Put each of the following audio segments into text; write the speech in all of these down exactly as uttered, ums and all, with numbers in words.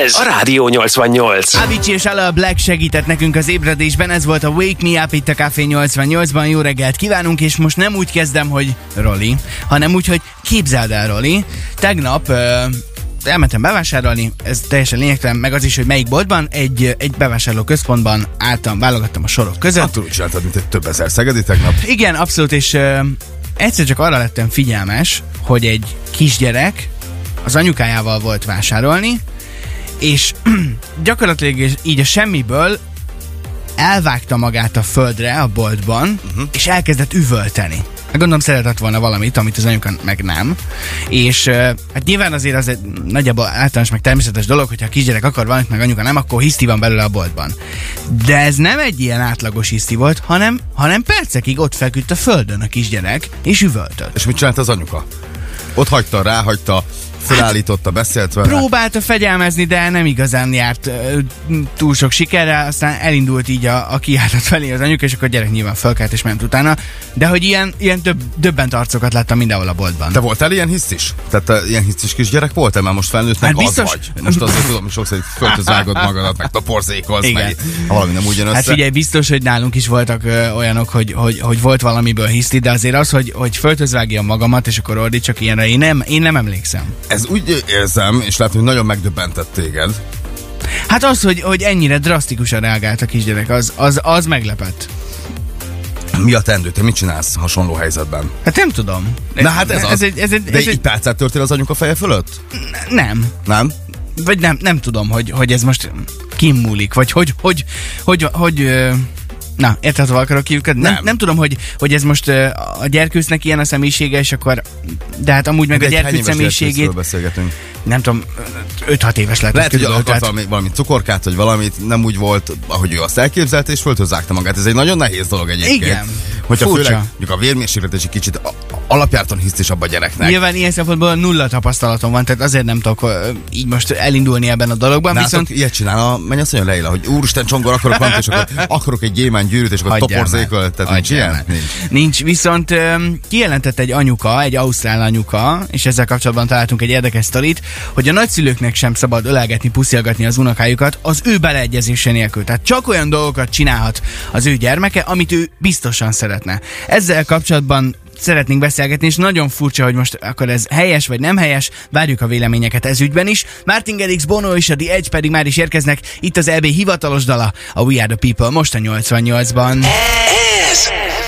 Ez a Rádió nyolcvannyolc. Avicii és Alla Black segített nekünk az ébredésben, ez volt a Wake Me Up itt a Café nyolcvannyolcban. Jó reggelt kívánunk, és most nem úgy kezdem, hogy Roli, hanem úgy, hogy képzeld el, Roli. Tegnap uh, elmentem bevásárolni, ez teljesen lényegtelen, meg az is, hogy melyik boltban, egy, egy bevásárló központban álltam, válogattam a sorok között. Attól úgy csináltad, mint egy több ezer szegedi tegnap. Igen, abszolút, és uh, egyszer csak arra lettem figyelmes, hogy egy kisgyerek az anyukájával volt vásárolni, és gyakorlatilag így a semmiből elvágta magát a földre a boltban, uh-huh. és elkezdett üvölteni. Gondolom szeretett volna valamit, amit az anyuka meg nem. És uh, hát nyilván azért az egy nagyjából általános meg természetes dolog, hogyha a kisgyerek akar valamit, meg anyuka nem, akkor hiszti van belőle a boltban. De ez nem egy ilyen átlagos hiszti volt, hanem, hanem percekig ott feküdt a földön a kisgyerek, és üvöltött. És mit csinált az anyuka? Ott hagyta, ráhagyta, felállította, beszélt vele. Próbálta fegyelmezni, de nem igazán járt uh, túl sok sikerrel, aztán elindult így a, a kijárat felé az anyuka, és akkor a gyerek nyilván fölkelt és ment utána. De hogy ilyen, ilyen több, döbbent arcokat láttam mindenhol a boltban. Te voltál ilyen hisztis? Tehát te ilyen hisztis kisgyerek voltál, mert most felnőttnek hát biztos... az vagy. Most azért tudom, hogy sokszor földhöz vágod magadat, meg toporzékolsz, meg ha valami nem úgy jön össze. Hát figyelj, biztos, hogy nálunk is voltak ö, olyanok, hogy, hogy, hogy volt valamiből hiszti, de azért az, hogy, hogy földhöz vágjam magamat, és akkor ordítsak ilyenre, én nem, én nem emlékszem. Ez úgy érzem, és látom, hogy nagyon megdöbbentett téged. Hát az, hogy, hogy ennyire drasztikusan reagált a kisgyerek, az, az, az meglepett. Mi a teendő? Te mit csinálsz hasonló helyzetben? Hát nem tudom. Na hát ez, ez, ez, egy, ez egy, De ez egy egy... tálcát törtél az anyuka feje fölött? Nem. Nem? Vagy nem, nem tudom, hogy, hogy ez most kimúlik, vagy hogy, hogy, hogy, hogy, hogy na, érted, hova akarok kiukadni? Nem. Nem, nem tudom, hogy, hogy ez most uh, a gyerkőcnek ilyen a személyisége, és akkor, de hát amúgy meg de a gyerkőc személyiségét, nem tudom, öt-hat éves lett. Lehet, hogy akart valami, valami cukorkát, vagy valamit, nem úgy volt, ahogy ő azt elképzelte, és földhözzágta magát. Ez egy nagyon nehéz dolog egyébként. Igen, hogyha furcsa. Főleg a vérmérséklet és egy kicsit alapjártan hisztisabb a gyereknek. Nyilván ilyen szempontból nulla tapasztalatom van, tehát azért nem tudok így most elindulni ebben a dologban. Nátok viszont ilyet csinál a mennyasszony Leila, hogy úristen csongor, akarok valamit, és akkor akarok egy gyémánt gyűrűt, és akkor toporzékol, tehát nincs ilyen? Nincs. Nincs, viszont um, kijelentett egy anyuka, egy ausztrál anyuka, és ezzel kapcsolatban találtunk egy érdekes sztorit, hogy a nagyszülőknek sem szabad ölelgetni, puszilgatni az unokájukat az ő beleegyezése nélkül. Tehát csak olyan dolgokat csinálhat az ő gyermeke, amit ő biztosan szeretne. Ezzel kapcsolatban szeretnénk beszélgetni, és nagyon furcsa, hogy most akkor ez helyes vagy nem helyes, várjuk a véleményeket ez ügyben is. Martin Garrix, Bono és a The Edge pedig már is érkeznek, itt az é bé hivatalos dala, a We Are The People, most a nyolcvannyolcban. Ez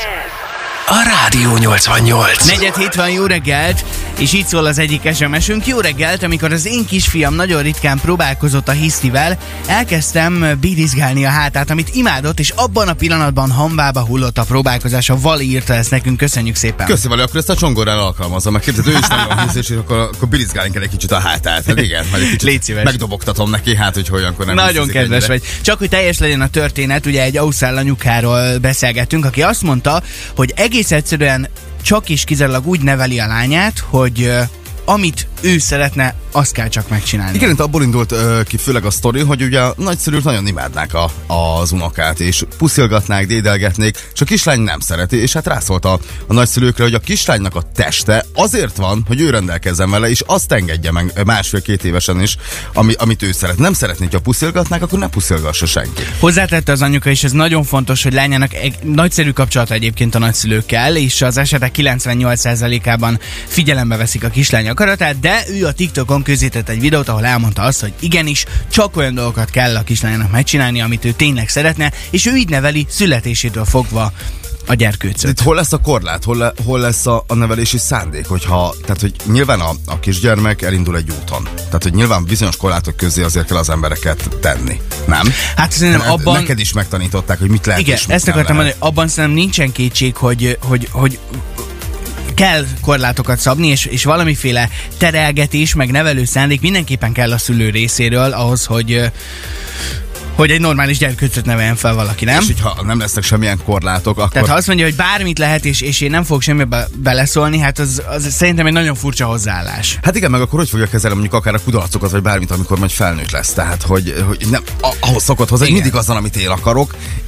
a Rádió nyolcvannyolc. Negyed hét van, jó reggelt, és így szól az egyik es em esünk. Jó reggelt, amikor az én kisfiam nagyon ritkán próbálkozott a hisztivel, elkezdtem bírizgálni a hátát, amit imádott, és abban a pillanatban hambába hullott a próbálkozása. Vali írta ezt nekünk, köszönjük szépen. Köszi, Vali, akkor ezt a csongorral alkalmazom, mert képzeld, ő is nagyon hisz, és akkor, akkor bírizgálni egy kicsit a hátát. Hát igen, majd egy kicsit légy szíves. Megdobogtatom neki, hát hogy olyankor nem. Nagyon kedves ennyire. Vagy. Csak hogy teljes legyen a történet, ugye egy ausztrál anyukáról beszélgettünk, aki azt mondta, hogy egész egyszerűen csak is kizárólag úgy neveli a lányát, hogy uh, amit ő szeretne, azt kell csak megcsinálni. Igen, abból indult uh, ki főleg a sztori, hogy ugye a nagyszülők nagyon imádnák a, az unokát, és puszilgatnák, dédelgetnék, és a kislány nem szereti, és hát rászólt a, a nagyszülőkre, hogy a kislánynak a teste azért van, hogy ő rendelkezzen vele, és azt engedje meg másfél-két évesen is, ami, amit ő szeret. Nem szeretné, ha puszilgatnák, akkor ne puszilgassa senki. Hozzátette az anyuka, és ez nagyon fontos, hogy lányának egy nagyszerű kapcsolata egyébként a nagyszülőkkel, és az esetek kilencvennyolc százalékában figyelembe veszik a kislány akaratát, de ő a TikTokon közített egy videót, ahol elmondta azt, hogy igenis, csak olyan dolgokat kell a kislánynak megcsinálni, amit ő tényleg szeretne, és ő így neveli születésétől fogva a gyerkőcöt. Itt hol lesz a korlát? Hol, le, hol lesz a, a nevelési szándék? Hogyha, tehát, hogy nyilván a, a kisgyermek elindul egy úton. Tehát, hogy nyilván bizonyos korlátok közé azért kell az embereket tenni. Nem? Hát szerintem abban... Neked is megtanították, hogy mit lehet. Igen, és mit ezt akartam lehet. mondani, abban szerintem nincsen kétség, hogy, hogy, hogy kell korlátokat szabni, és, és valamiféle terelgetés, meg nevelő szándék mindenképpen kell a szülő részéről ahhoz, hogy hogy egy normális gyerkőcöt neveljen fel valaki, nem? És hogyha nem lesznek semmilyen korlátok, akkor... Tehát ha azt mondja, hogy bármit lehet, és, és én nem fogok semmibe beleszólni, hát az, az szerintem egy nagyon furcsa hozzáállás. Hát igen, meg akkor hogy fogja kezelni mondjuk akár a kudarcokat, vagy bármit, amikor majd felnőtt lesz. Tehát, hogy, hogy nem, ahhoz szokott hozzá, hogy mindig azzal, amit én akarok,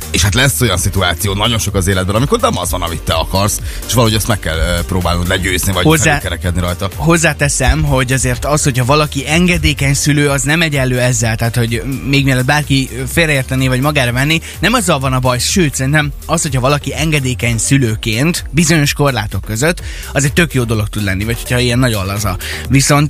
És hát lesz olyan szituáció nagyon sok az életben, amikor nem az van, amit te akarsz, és valahogy ezt meg kell uh, próbálnod legyőzni, vagy Hozzá... felülkerekedni rajta. Hozzáteszem, hogy azért az, hogyha valaki engedékeny szülő, az nem egyenlő ezzel, tehát hogy még mielőtt bárki félreértené, vagy magára venni, nem azzal van a baj, sőt, szerintem az, hogyha valaki engedékeny szülőként bizonyos korlátok között, az egy tök jó dolog tud lenni, vagy hogyha ilyen nagyon laza. Viszont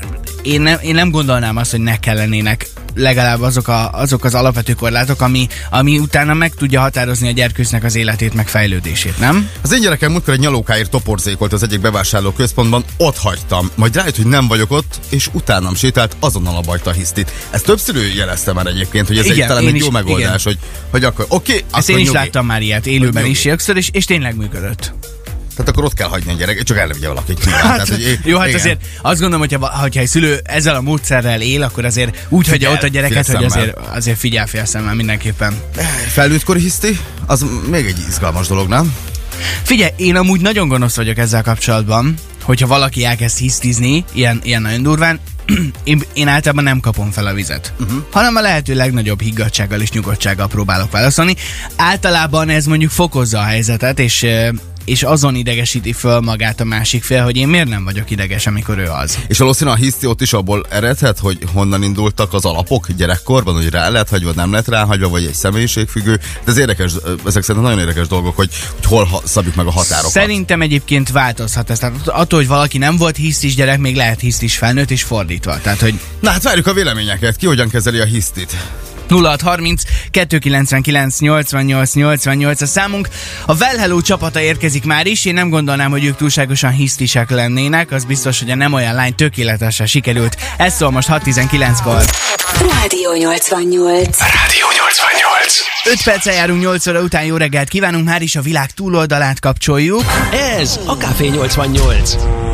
én nem, én nem gondolnám azt, hogy ne kellenének legalább azok, a, azok az alapvető korlátok, ami, ami utána meg tudja határozni a gyerkőcnek az életét, meg fejlődését, nem? Az én gyerekem múltkor egy nyalókáért toporzékolt az egyik bevásárló központban, ott hagytam, majd rájött, hogy nem vagyok ott, és utánam sétált, azonnal abajta a hisztit. Ezt több szülő jelezte már egyébként, hogy ez igen, egy talán egy jó is, megoldás, igen. hogy, hogy akkor oké, okay, ezt akkor én is nyugi. láttam már ilyet élőben is sokszor, és, és tényleg működött. Tehát akkor ott kell hagyni a gyerek, csak elvigye valaki. Hát, tehát, hogy, jó, hát igen. Azért azt gondolom, hogyha, hogyha egy szülő ezzel a módszerrel él, akkor azért úgy figyel, hagyja ott a gyereket, hogy azért, azért figyel félszemmel mindenképpen. Felnőttkori hiszti? Az még egy izgalmas dolog, nem? Figyelj, én amúgy nagyon gonosz vagyok ezzel kapcsolatban, hogyha valaki elkezd hisztizni, ilyen, ilyen nagyon durván, én, én általában nem kapom fel a vizet, uh-huh. hanem a lehető legnagyobb higgadtsággal és nyugodtsággal próbálok válaszolni. Általában ez mondjuk fokozza a helyzetet, és és azon idegesíti föl magát a másik fél, hogy én miért nem vagyok ideges, amikor ő az. És valószínűleg a hiszti ott is abból eredhet, hogy honnan indultak az alapok gyerekkorban, hogy rá lehet hagyva, nem lett ráhagyva, vagy egy személyiségfüggő. De ez érdekes, ezek szerintem nagyon érdekes dolgok, hogy, hogy hol szabjuk meg a határokat. Szerintem egyébként változhat ez. Tehát attól, hogy valaki nem volt hisztis gyerek, még lehet hisztis felnőtt, és fordítva. Tehát, hogy... Na hát várjuk a véleményeket. Ki hogyan kezeli a hisztit? nulla hat harminc kettőszázkilencvenkilenc nyolcvannyolc nyolcvannyolc a számunk. A Well Hello csapata érkezik már is, én nem gondolnám, hogy ők túlságosan hisztisek lennének, az biztos, hogy a Nem olyan lány tökéletesen sikerült. Ez szól most hat tizenkilenckor. Rádió nyolcvannyolc. Rádió nyolcvannyolc. öt perccel járunk nyolc óra után, jó reggelt kívánunk, már is a világ túloldalát kapcsoljuk. Ez a Café nyolcvannyolc.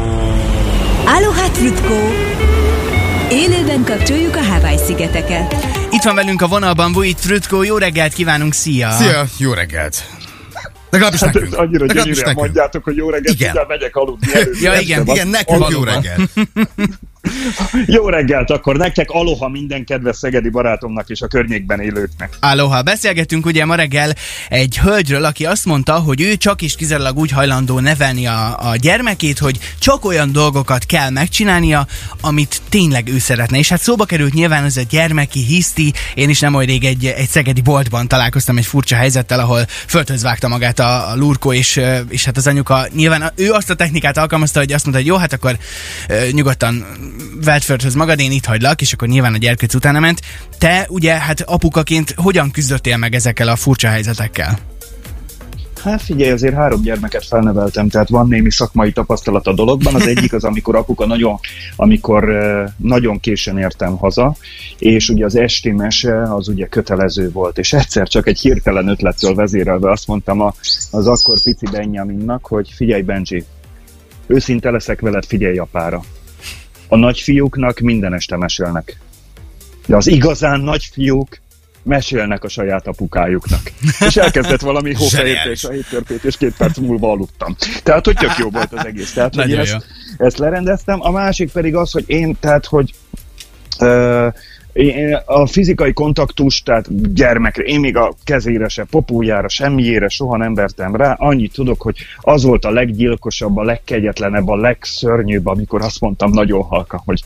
Aloha Trutko! Élőben kapcsoljuk a Hawaii-szigeteket. Itt van velünk a vonalban Vujit Trutko, jó reggelt kívánunk, szia! Szia, jó reggelt! Legalábbis hát nekünk. Annyira gyönyörűen mondjátok, hogy jó reggelt, igen. Ugyan megyek aludni előtt. Ja, igen, igen, igen, nekünk jó reggelt. Jó reggelt akkor nektek, aloha minden kedves szegedi barátomnak és a környékben élőknek. Aloha, beszélgetünk ugye ma reggel egy hölgyről, aki azt mondta, hogy ő csak is kizárólag úgy hajlandó nevelni a, a gyermekét, hogy csak olyan dolgokat kell megcsinálnia, amit tényleg ő szeretne. És hát szóba került nyilván ez a gyermeki hiszti. Én is nem olyan rég egy, egy szegedi boltban találkoztam egy furcsa helyzettel, ahol földhöz vágta magát a, a lurkó, és, és hát az anyuka nyilván ő azt a technikát alkalmazta, hogy azt mondta, hogy jó, hát akkor uh, nyugodtan vedd földhöz magad, én itt hagylak, és akkor nyilván a gyerkőc utána ment. Te ugye, hát apukaként hogyan küzdöttél meg ezekkel a furcsa helyzetekkel? Hát figyelj, azért három gyermeket felneveltem, tehát van némi szakmai tapasztalat a dologban. Az egyik az, amikor apuka nagyon, amikor uh, nagyon későn értem haza, és ugye az esti mese az ugye kötelező volt, és egyszer csak egy hirtelen ötlettől vezérelve azt mondtam a, az akkor pici Benjaminnak, hogy figyelj Benji, őszinte leszek veled, figyelj apára. A nagyfiúknak minden este mesélnek. De az igazán nagyfiúk mesélnek a saját apukájuknak. És elkezdett valami hófehértés, a hétkörpét, és két perc múlva aludtam. Tehát, hogy tök jó volt az egész. Tehát, hogy ezt, ezt lerendeztem. A másik pedig az, hogy én, tehát, hogy uh, én a fizikai kontaktus, tehát gyermekre, én még a kezére se, popójára, semmiére soha nem vertem rá. Annyit tudok, hogy az volt a leggyilkosabb, a legkegyetlenebb, a legszörnyűbb, amikor azt mondtam nagyon halkan, hogy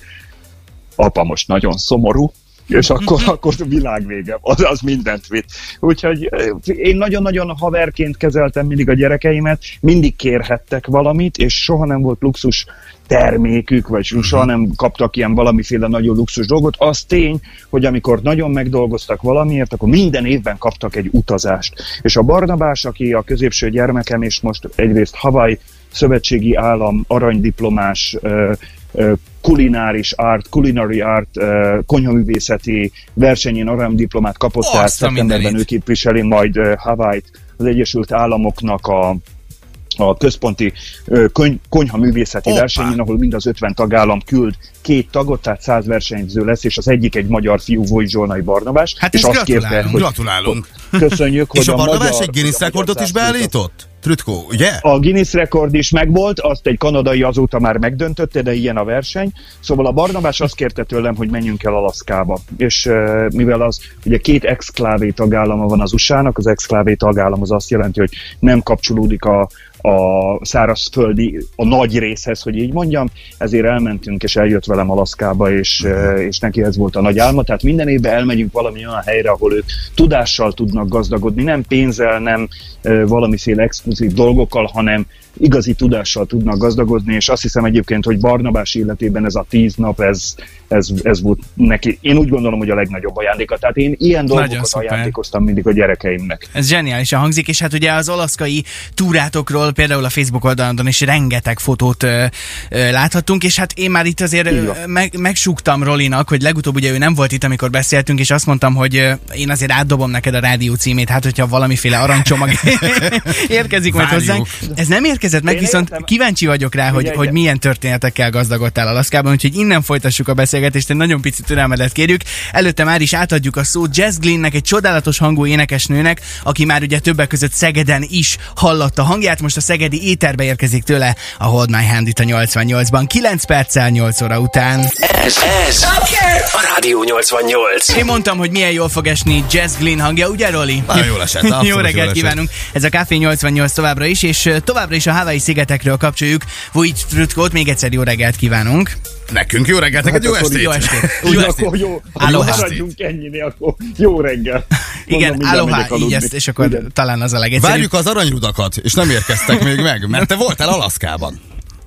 apa most nagyon szomorú, és akkor, akkor világvége, az, az mindent vitt. Úgyhogy én nagyon-nagyon haverként kezeltem mindig a gyerekeimet, mindig kérhettek valamit, és soha nem volt luxus termékük, vagy soha nem kaptak ilyen valamiféle nagyon luxus dolgot. Az tény, hogy amikor nagyon megdolgoztak valamiért, akkor minden évben kaptak egy utazást. És a Barnabás, aki a középső gyermekem, és most egyrészt Hawaii szövetségi állam aranydiplomás, kulináris art, culinary art, konyhaművészeti versenyén aranydiplomát kapott, oh, tehát szeptemberben ő képviseli majd Hawaii-t, az Egyesült Államoknak a a központi kony- konyhaművészeti versenyén, ahol mind az ötven tagállam küld két tagot, tehát száz versenyző lesz, és az egyik egy magyar fiú, Vojt Zsolnai Barnabás. Hát és ezt azt gratulálunk, kérte, hogy gratulálunk. Köszönjük, hogy és a, a Barnabás magyar, egy Guinness rekordot is beállított? Trütkó, ugye? A Guinness rekord is megvolt, azt egy kanadai azóta már megdöntötte, de ilyen a verseny. Szóval a Barnabás azt kérte tőlem, hogy menjünk el Alaszkába. És uh, mivel az, ugye két exklávé tagállama van az u es á-nak, az exklávé tagállam az azt jelenti, hogy nem kapcsolódik a a szárazföldi, a nagy részhez, hogy így mondjam, ezért elmentünk, és eljött velem Alaszkába, és, uh-huh. és neki ez volt a nagy álma, tehát minden évben elmegyünk valami olyan helyre, ahol ők tudással tudnak gazdagodni, nem pénzzel, nem uh, valamiféle exkluzív dolgokkal, hanem igazi tudással tudnak gazdagodni, és azt hiszem egyébként, hogy Barnabás életében ez a tíz nap, ez, ez, ez volt neki, én úgy gondolom, hogy a legnagyobb ajándéka. Tehát én ilyen dolgokat ajándékoztam mindig a gyerekeimnek. Ez zseniálisan hangzik, és hát ugye az alaszkai túrátokról például a Facebook oldalon is rengeteg fotót ö, ö, láthattunk, és hát én már itt azért ö, meg, megsúgtam Rolinak, hogy legutóbb ugye ő nem volt itt, amikor beszéltünk, és azt mondtam, hogy ö, én azért átdobom neked a rádió címét, hát hogyha valamiféle aranycsomag érkezik majd hozzánk. Ez nem érkezett meg, én viszont értem. Kíváncsi vagyok rá, hogy, hogy milyen történetekkel gazdagodtál Alaszkában, úgyhogy innen folytassuk a beszélgetést, egy nagyon picit türelmedet kérjük. Előtte már is átadjuk a szót Jess Glynnek, egy csodálatos hangú énekesnőnek, aki már ugye többek között Szegeden is hallotta hangját, most a szegedi éterbe érkezik tőle a Hold My Hand itt a nyolcvannyolcban, kilenc perccel nyolc óra után. Ez, ez a Rádió nyolcvannyolc. Én mondtam, hogy milyen jól fog esni Jess Glynn hangja, ugye Roli? Nagyon jól esett. Jó reggelt kívánunk. Ez a Café nyolcvannyolc továbbra is, és továbbra is a Hawaii szigetekről kapcsoljuk Vujt Trütkót, még egyszer jó reggelt kívánunk. Nekünk jó reggelt, neked jó estét. Jó estét. Jó estét. Jó, Aloha. Ennyi, akkor jó reggel. Igen, aloha, így ezt, és akkor igen. Talán az a legegyszerűbb. Várjuk az aranyrudakat, és nem érkeztek még meg, mert te voltál Alaszkában.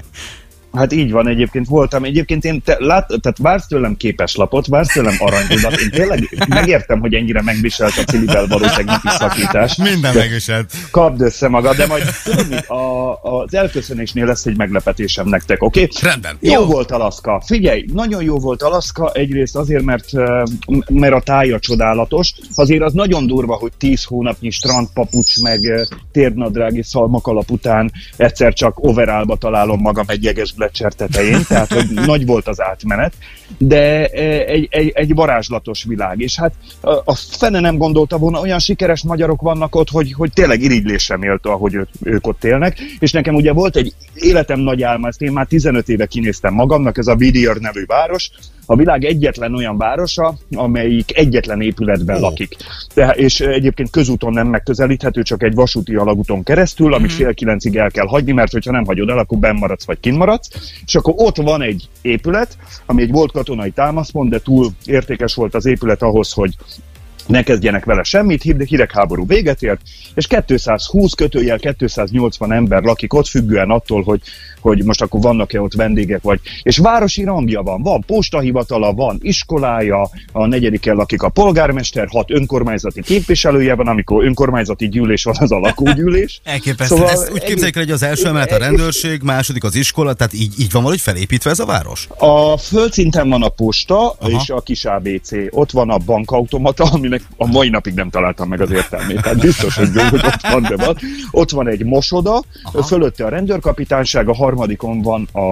Hát így van, egyébként voltam. Egyébként én te, lát, tehát vársz tőlem képeslapot, vársz tőlem aranyrudat. Én tényleg megértem, hogy ennyire megviselt a Cilivel való tegnapi szakítás. Minden megviselt. Kapd össze magad, de majd tudod mit, a, az elköszönésnél lesz egy meglepetésem nektek, oké? Okay? Rendben. Jó, jó volt Alaszka. Figyelj, nagyon jó volt Alaszka, egyrészt azért, mert, mert a tája csodálatos. Azért az nagyon durva, hogy tíz hónapnyi strandpapucs, meg térnadrági szalmakalap után egyszer csak overallba találom magam egy jeges Gletscher tetején, tehát hogy nagy volt az átmenet, de egy, egy, egy varázslatos világ, és hát a, a fene nem gondolta volna, olyan sikeres magyarok vannak ott, hogy, hogy tényleg irigylésre méltó, ahogy ők, ők ott élnek, és nekem ugye volt egy életem nagy álma, ezt én már tizenöt éve kinéztem magamnak, ez a Whittier nevű város, a világ egyetlen olyan városa, amelyik egyetlen épületben oh. lakik. De, és egyébként közúton nem megközelíthető, csak egy vasúti alagúton keresztül, amit mm-hmm. fél kilencig el kell hagyni, mert hogyha nem hagyod el, akkor benn maradsz vagy kinn maradsz. És akkor ott van egy épület, ami egy volt katonai támaszpont, de túl értékes volt az épület ahhoz, hogy ne kezdjenek vele semmit, hidegháború véget ért, és kétszázhúsz kötőjel kétszáznyolcvan ember lakik ott, függően attól, hogy, hogy most akkor vannak-e ott vendégek, vagy. És városi rangja van, van postahivatala, van iskolája, a negyediken lakik a polgármester, hat önkormányzati képviselője van, amikor önkormányzati gyűlés van, az a lakógyűlés. Elképesztő. Szóval ezt úgy képzeljük, hogy az első emelet a rendőrség, második az iskola, tehát így, így van valahogy felépítve ez a város? A földszinten van a posta, aha, és a kis á bé cé. Ott van a bankautomata, aminek a mai napig nem találtam meg az értelmét. Tehát biztos, hogy jó, hogy ott van, de van. Ott van egy mosoda, aha, fölötte a rendőrkapitányság, a harmadikon van a,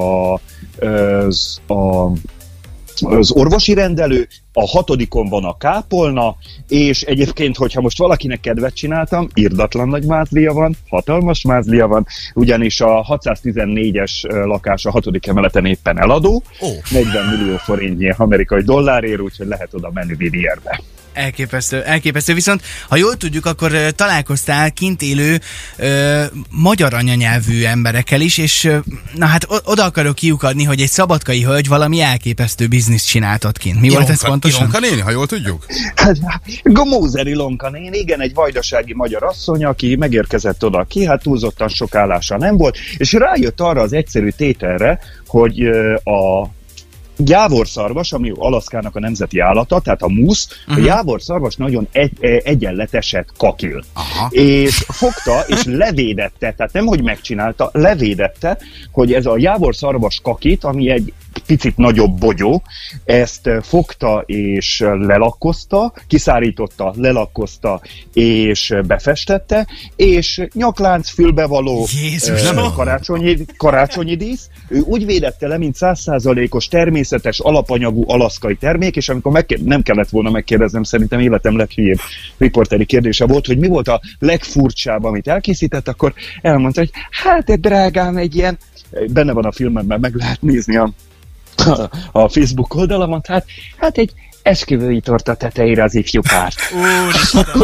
az, a, az orvosi rendelő, a hatodikon van a kápolna, és egyébként, hogyha most valakinek kedvet csináltam, irdatlan nagy mázlia van, hatalmas mázlia van, ugyanis a hatszáztizennégyes lakás a hatodik emeleten éppen eladó, oh. negyven millió forintnyi amerikai dollárért, úgyhogy lehet oda menni Whittierbe. Elképesztő, elképesztő. Viszont, ha jól tudjuk, akkor uh, találkoztál kint élő uh, magyar anyanyelvű emberekkel is, és uh, na hát o- oda akarok kiukadni, hogy egy szabadkai hölgy valami elképesztő bizniszt csináltott kint. Mi Ilonka, volt ez pontosan? Ilonka néni, ha jól tudjuk? Hát, Gomózer Ilonka néni, igen, egy vajdasági magyar asszony, aki megérkezett oda ki, hát túlzottan sok állása nem volt, és rájött arra az egyszerű tételre, hogy uh, a jávorszarvas, ami Alaszkának a nemzeti állata, tehát a musz, uh-huh. a jávorszarvas nagyon egy, egyenleteset kakil. Aha. És fogta, és levédette, tehát nem, hogy megcsinálta, levédette, hogy ez a jávorszarvas kakit, ami egy picit nagyobb bogyó, ezt fogta és lelakkozta, kiszárította, lelakkozta és befestette, és nyaklánc, fülbevaló, uh, karácsonyi, karácsonyi dísz. Ő úgy védette le, mint száz százalékos természetes alapanyagú alaszkai termék, és amikor megkér- nem kellett volna megkérdeznem, szerintem életem leghülyébb riporteri kérdése volt, hogy mi volt a legfurcsább, amit elkészített, akkor elmondta, hogy hát egy drágám, egy ilyen, benne van a filmemben, meg lehet nézni a, a, a Facebook oldalamon, hát, hát egy esküvői torta tetejére az ifjú párt. Úristen!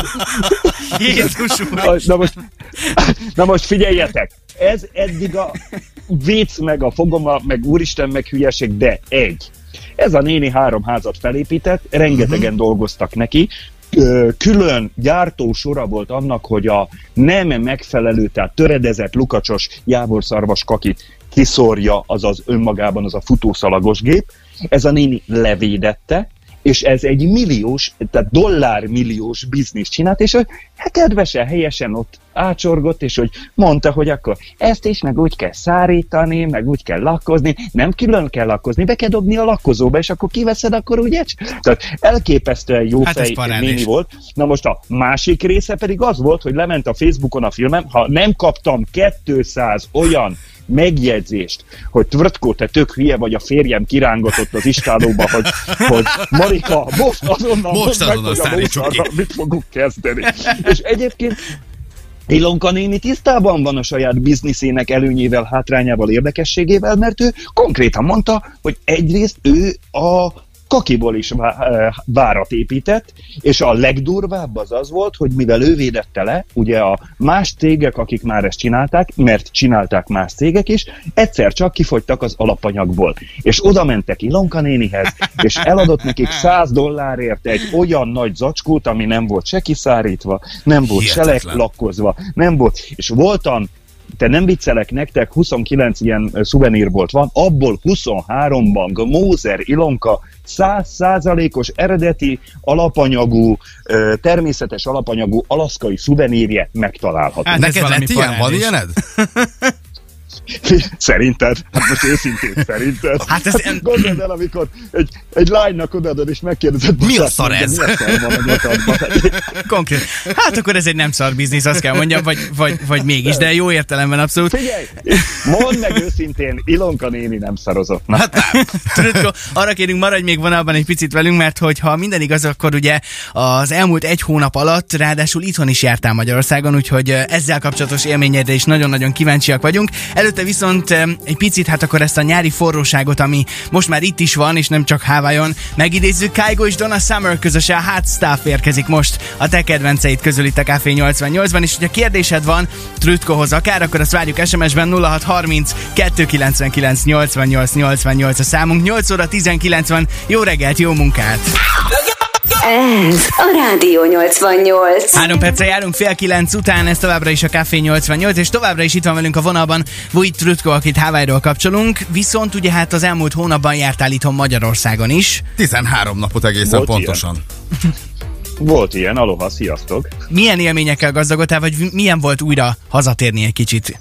Jézus úr! Na most, na most figyeljetek! Ez eddig a vicc, meg a fogoma, meg úristen, meg hülyeség, de egy. Ez a néni három házat felépített, rengetegen uh-huh. dolgoztak neki, külön gyártósora volt annak, hogy a nem megfelelő, tehát töredezett, lukacsos jávorszarvas kakit kiszórja, azaz önmagában az a futószalagos gép. Ez a néni levédette, és ez egy milliós, tehát dollármilliós bizniszt csinált, és hogy hát kedvesen, helyesen ott ácsorgott, és hogy mondta, hogy akkor ezt is, meg úgy kell szárítani, meg úgy kell lakkozni, nem külön kell lakkozni, be kell dobni a lakkozóba, és akkor kiveszed, akkor ugye? Tehát elképesztően jó hát fej néni volt. Na most a másik része pedig az volt, hogy lement a Facebookon a filmem, ha nem kaptam kétszáz olyan megjegyzést, hogy Tvrtko, te tök hülye vagy, a férjem kirángatott az istálóba, hogy, hogy Marika, most azonnal most meg, azonnal hogy a szállítsuk ki. mit fogunk kezdeni. És egyébként Ilonka néni tisztában van a saját bizniszének előnyével, hátrányával, érdekességével, mert ő konkrétan mondta, hogy egyrészt ő a kakiból is várat épített, és a legdurvább az az volt, hogy mivel ő védette le, ugye a más cégek, akik már ezt csinálták, mert csinálták más cégek is, egyszer csak kifogytak az alapanyagból. És oda mentek Ilonka nénihez, és eladott nekik száz dollárért egy olyan nagy zacskót, ami nem volt se kiszárítva, nem volt hihetetlen. se lakkozva, nem volt, és voltam, te nem viccelek nektek, huszonkilenc ilyen szuvenírbolt van, abból huszonháromban Mózer Ilonka száz százalékos eredeti alapanyagú, természetes alapanyagú alaszkai szuvenírje megtalálható. Hát neked lett ilyen? Van ilyened? Szerinted? Hát most őszintén szerinted. Hát ez... Gondold el, amikor egy, egy lánynak odaadod és megkérdezed, mi a szar ez? Mi a szar van a nyakadban? Konkrét. Hát akkor ez egy nem szar biznisz, azt kell mondjam, vagy, vagy, vagy mégis, de jó értelemben abszolút. Figyelj, mondd meg őszintén, Ilonka néni nem szarozott. Na. Hát nem. Trutko, arra kérünk, maradj még vonalban egy picit velünk, mert hogyha minden igaz, akkor ugye az elmúlt egy hónap alatt ráadásul itthon is jártál Magyarországon, úgyhogy ezzel kapcsolatos élményedre is nagyon-nagyon kíváncsiak vagyunk. Előtte viszont egy picit, hát akkor ezt a nyári forróságot, ami most már itt is van, és nem csak Hawaiion, megidézzük. Kygo és Donna Summer közösen, Hot Stuff érkezik most a te kedvenceid közül itt a Café nyolcvannyolcban, és hogyha kérdésed van Trutkohoz akár, akkor azt várjuk es em es-ben nulla hat harminc kettőszázkilencvenkilenc nyolcvannyolc nyolcvannyolc a számunk. nyolc óra tizenkilenc van, jó reggelt, jó munkát! Ez a Rádió nyolcvannyolc. Három percre járunk fél kilenc után, ez továbbra is a Café nyolcvannyolc, és továbbra is itt van velünk a vonalban Vujt Trutko, akit Hawaiiról kapcsolunk, viszont ugye hát az elmúlt hónapban jártál itthon Magyarországon is. tizenhárom napot egészen Volt pontosan. Ilyen. Volt ilyen, aloha, sziasztok! Milyen élményekkel gazdagodtál, vagy milyen volt újra hazatérni egy kicsit?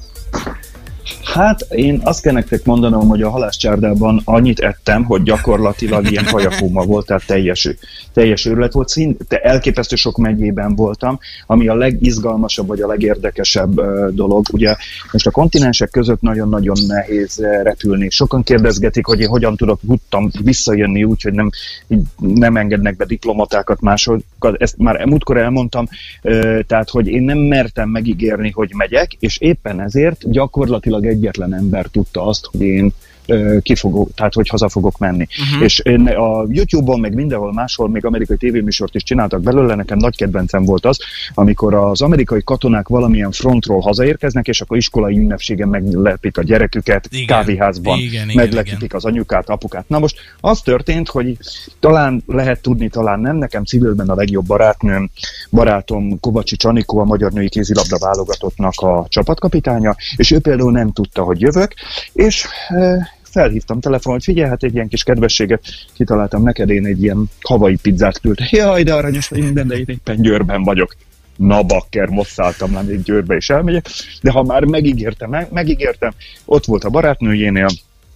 Hát én azt kell nektek mondanom, hogy a halászcsárdában annyit ettem, hogy gyakorlatilag ilyen kajakóma volt, tehát teljes, teljes őrület volt. Szinte elképesztő sok megyében voltam, ami a legizgalmasabb vagy a legérdekesebb uh, dolog. Ugye most a kontinensek között nagyon-nagyon nehéz uh, repülni. Sokan kérdezgetik, hogy én hogyan tudok tudtam visszajönni úgy, hogy nem, nem engednek be diplomatákat máshol. Ezt már múltkor elmondtam, uh, tehát hogy én nem mertem megígérni, hogy megyek, és éppen ezért gyakorlatilag egyetlen ember tudta azt, hogy én ki fogok, tehát hogy haza fogok menni. Uh-huh. És én a YouTube-on, meg mindenhol máshol, még amerikai tévéműsort is csináltak belőle, nekem nagy kedvencem volt az, amikor az amerikai katonák valamilyen frontról hazaérkeznek, és akkor iskolai ünnepségen meglepik a gyereküket, igen, kávéházban, igen, meglepik igen. az anyukát, apukát. Na most az történt, hogy talán lehet tudni, talán nem, nekem civilben a legjobb barátnőm, barátom Kovacsi Csanikó, a magyar női kézilabda válogatottnak a csapatkapitánya, és ő például nem tudta, hogy jövök, és felhívtam telefonon, hogy figyelj, hát egy ilyen kis kedvességet kitaláltam neked, én egy ilyen havai pizzát küldtem. Jaj, de aranyos vagy minden, de én éppen Győrben vagyok. Na bakker, most szálltam le még Győrbe és elmegyek, de ha már megígértem, meg, megígértem, ott volt a barátnőjénél,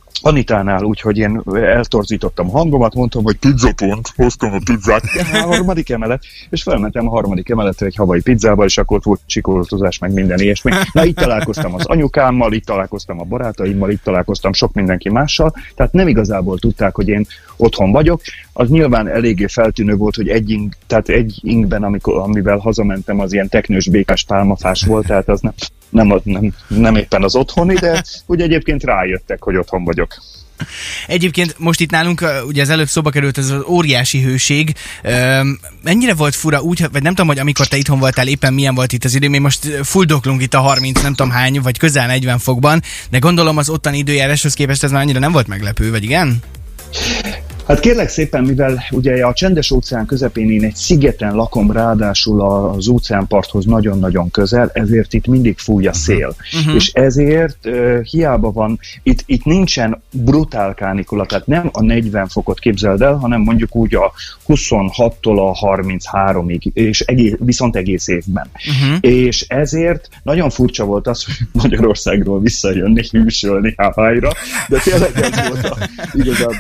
Anitánál, úgyhohogy én eltorzítottam a hangomat, mondtam, hogy pizzapont, hoztam a pizzát, a harmadik emelet, és felmentem a harmadik emeletre egy havai pizzával, és akkor volt csikoltozás, meg minden ilyesmi. Na, itt találkoztam az anyukámmal, itt találkoztam a barátaimmal, itt találkoztam sok mindenki mással, tehát nem igazából tudták, hogy én otthon vagyok. Az nyilván eléggé feltűnő volt, hogy egy ing, tehát egy ingben, amikor, amivel hazamentem, az ilyen teknős békás pálmafás volt, tehát az nem, nem, nem, nem éppen az otthoni, de úgy egyébként rájöttek, hogy otthon vagyok. Egyébként most itt nálunk, ugye az előbb szóba került ez az óriási hőség. Mennyire volt fura úgy, vagy nem tudom, hogy amikor te itthon voltál, éppen milyen volt itt az idő, mi most fuldoklunk itt a harminc nem tudom hány, vagy közel negyven fokban, de gondolom az ottani időjáráshoz képest ez már annyira nem volt meglepő, vagy igen? Hát kérlek szépen, mivel ugye a csendes óceán közepén én egy szigeten lakom, ráadásul az óceánparthoz nagyon-nagyon közel, ezért itt mindig fúj a szél. Uh-huh. És ezért uh, hiába van, itt, itt nincsen brutál kánikula, tehát nem a negyven fokot képzeld el, hanem mondjuk úgy a huszonhattól a harmincháromig, és egész, viszont egész évben. Uh-huh. És ezért nagyon furcsa volt az, hogy Magyarországról visszajönni, hűsölni Hawaii-ra, de tényleg ez volt a igazából.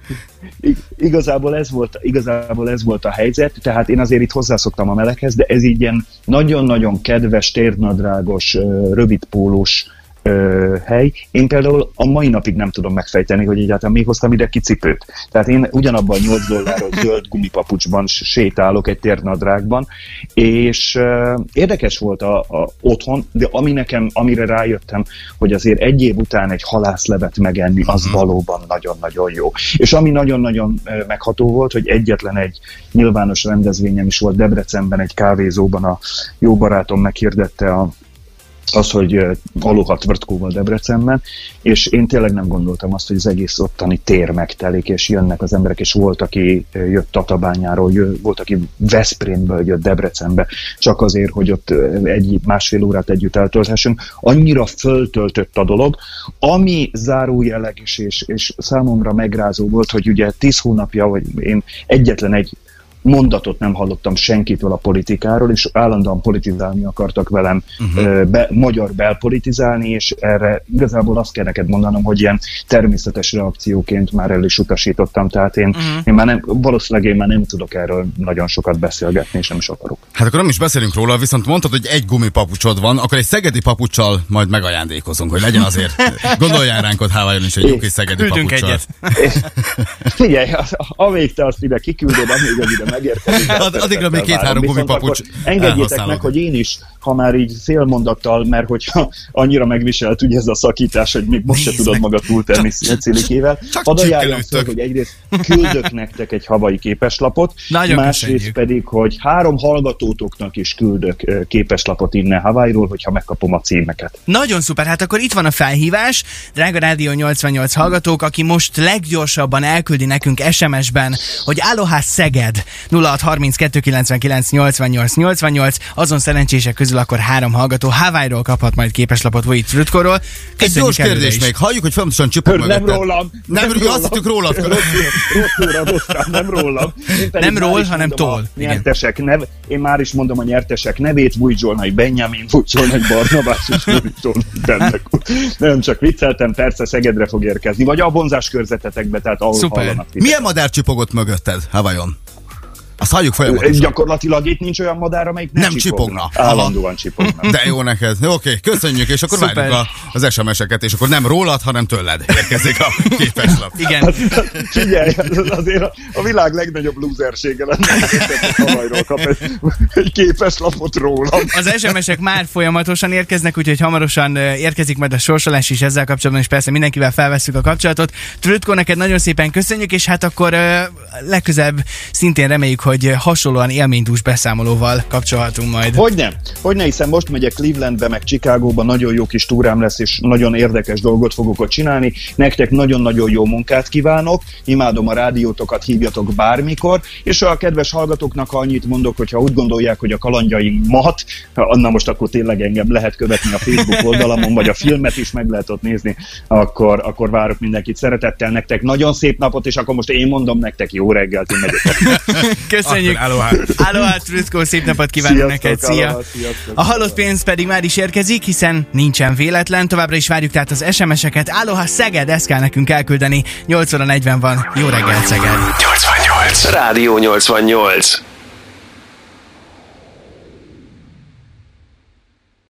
Igazából ez, volt, igazából ez volt a helyzet, tehát én azért itt hozzászoktam a meleghez, de ez így ilyen nagyon-nagyon kedves, térnadrágos, rövidpólós Ö, hely. Én például a mai napig nem tudom megfejteni, hogy egyáltalán még hoztam ide ki cipőt. Tehát én ugyanabban a nyolc dolláros zöld gumipapucsban sétálok egy térnadrágban, és ö, érdekes volt a, a otthon, de ami nekem, amire rájöttem, hogy azért egy év után egy halászlevet megenni, az valóban nagyon-nagyon jó. És ami nagyon-nagyon ö, megható volt, hogy egyetlen egy nyilvános rendezvényem is volt Debrecenben, egy kávézóban a jó barátom meghirdette a az, hogy Aloha Tvrtkóval Debrecenben, és én tényleg nem gondoltam azt, hogy az egész ottani tér megtelik, és jönnek az emberek, és volt, aki jött Tatabányáról, jött, volt, aki Veszprémből jött Debrecenbe, csak azért, hogy ott egy másfél órát együtt eltölthessünk. Annyira föltöltött a dolog, ami zárójelleg is, és, és számomra megrázó volt, hogy ugye tíz hónapja, vagy én egyetlen egy mondatot nem hallottam senkitől a politikáról, és állandóan politizálni akartak velem, uh-huh. be, magyar belpolitizálni, és erre igazából azt kell neked mondanom, hogy ilyen természetes reakcióként már el is utasítottam, tehát én, uh-huh. én már nem, valószínűleg én már nem tudok erről nagyon sokat beszélgetni, és nem is akarok. Hát akkor nem is beszélünk róla, viszont mondtad, hogy egy gumipapucsod van, akkor egy szegedi papuccsal majd megajándékozunk, hogy legyen azért. Gondoljál ránk ott Hawaiion is egy jó kis szegedi papuccsal. Figyelj, amíg te azt ide kiküldöd, amíg az ide megérkezik. Addigra még két-három gumipapucs. Engedjétek meg, hogy én is, ha már így félmondattal, mert hogyha annyira megviselt ugye ez a szakítás, hogy még most se tudod magad túltenni cilikével. Hadd ajánljam föl, hogy egyrészt küldök nektek egy havai képeslapot, nagyon másrészt köszönjük. Pedig, hogy három hallgatótoknak is küldök képeslapot innen Hawaiiról, hogyha megkapom a címeket. Nagyon szuper, hát akkor itt van a felhívás, drága Rádió nyolcvannyolc hallgatók, aki most leggyorsabban elküldi nekünk es em es-ben, hogy Aloha Szeged nulla hat harminckettő kilencvenkilenc nyolcvannyolc nyolcvannyolc, azon szerencsések közül akkor három hallgató Hawaiiról kaphat majd képeslapot Vojt Trutkorról. Egy gyors kérdés még, halljuk, hogy folyamatosan csipog mögötted. Nem rólam. Nem, nem azt hittük rólad. Nem rólam. Nem ról, hanem tól. Nyertesek, nev, én már is mondom a nyertesek nevét, Vujdzsolnai Benjamin, Vujdzsolnai Barnabás és Vujdzsolnai Bennek. Nem csak vicceltem, persze Szegedre fog érkezni, vagy a vonzás körzetetekbe, tehát ahol szuper. Hallanak. Milyen madár csipogott mögötted Hawaiion? Azt halljuk folyamatosan. Gyakorlatilag itt nincs olyan madár, amelyik nem, nem csipogna. csipogna. Állandóan csipogna. De jó neked. Jó, oké, köszönjük, és akkor szuper. várjuk a, az es em es-eket, és akkor nem rólad, hanem tőled érkezik a képeslap. Igen. Hát, figyelj, azért a, a világ legnagyobb lúzersége lenne, hogy Hawaiiról kap egy, egy képeslapot rólam. Az es em es-ek már folyamatosan érkeznek, úgyhogy hamarosan érkezik majd a sorsolás is ezzel kapcsolatban, és persze mindenkivel felvesszük a kapcsolatot. Trutko, neked nagyon szépen köszönjük, és hát akkor legközelebb szintén reméljük, hogy hasonlóan élménydús beszámolóval kapcsolhatunk majd. Hogyne, hogyne, hiszen most megyek Clevelandbe, meg Chicagóba, nagyon jó kis túrám lesz, és nagyon érdekes dolgot fogok ott csinálni. Nektek nagyon-nagyon jó munkát kívánok, imádom a rádiótokat, hívjatok bármikor, és a kedves hallgatóknak, ha annyit mondok, hogyha úgy gondolják, hogy a kalandjaimat, na most akkor tényleg engem lehet követni a Facebook oldalamon, vagy a filmet is meg lehet ott nézni, akkor, akkor várok mindenkit szeretettel, nektek nagyon szép napot, és akkor most én mondom nektek jó reggelt, én megyek. Köszönjük. Aloha. Aloha, Truszkó, szép napot kívánunk Sziasztok, neked. Szia. aloha, sziasztok. A halott pénz pedig már is érkezik, hiszen nincsen véletlen. Továbbra is várjuk tehát az es em es-eket. Aloha Szeged, ezt kell nekünk elküldeni. nyolc óra negyven van. Jó reggel, Szeged. nyolcvannyolc. Rádió nyolcvannyolc.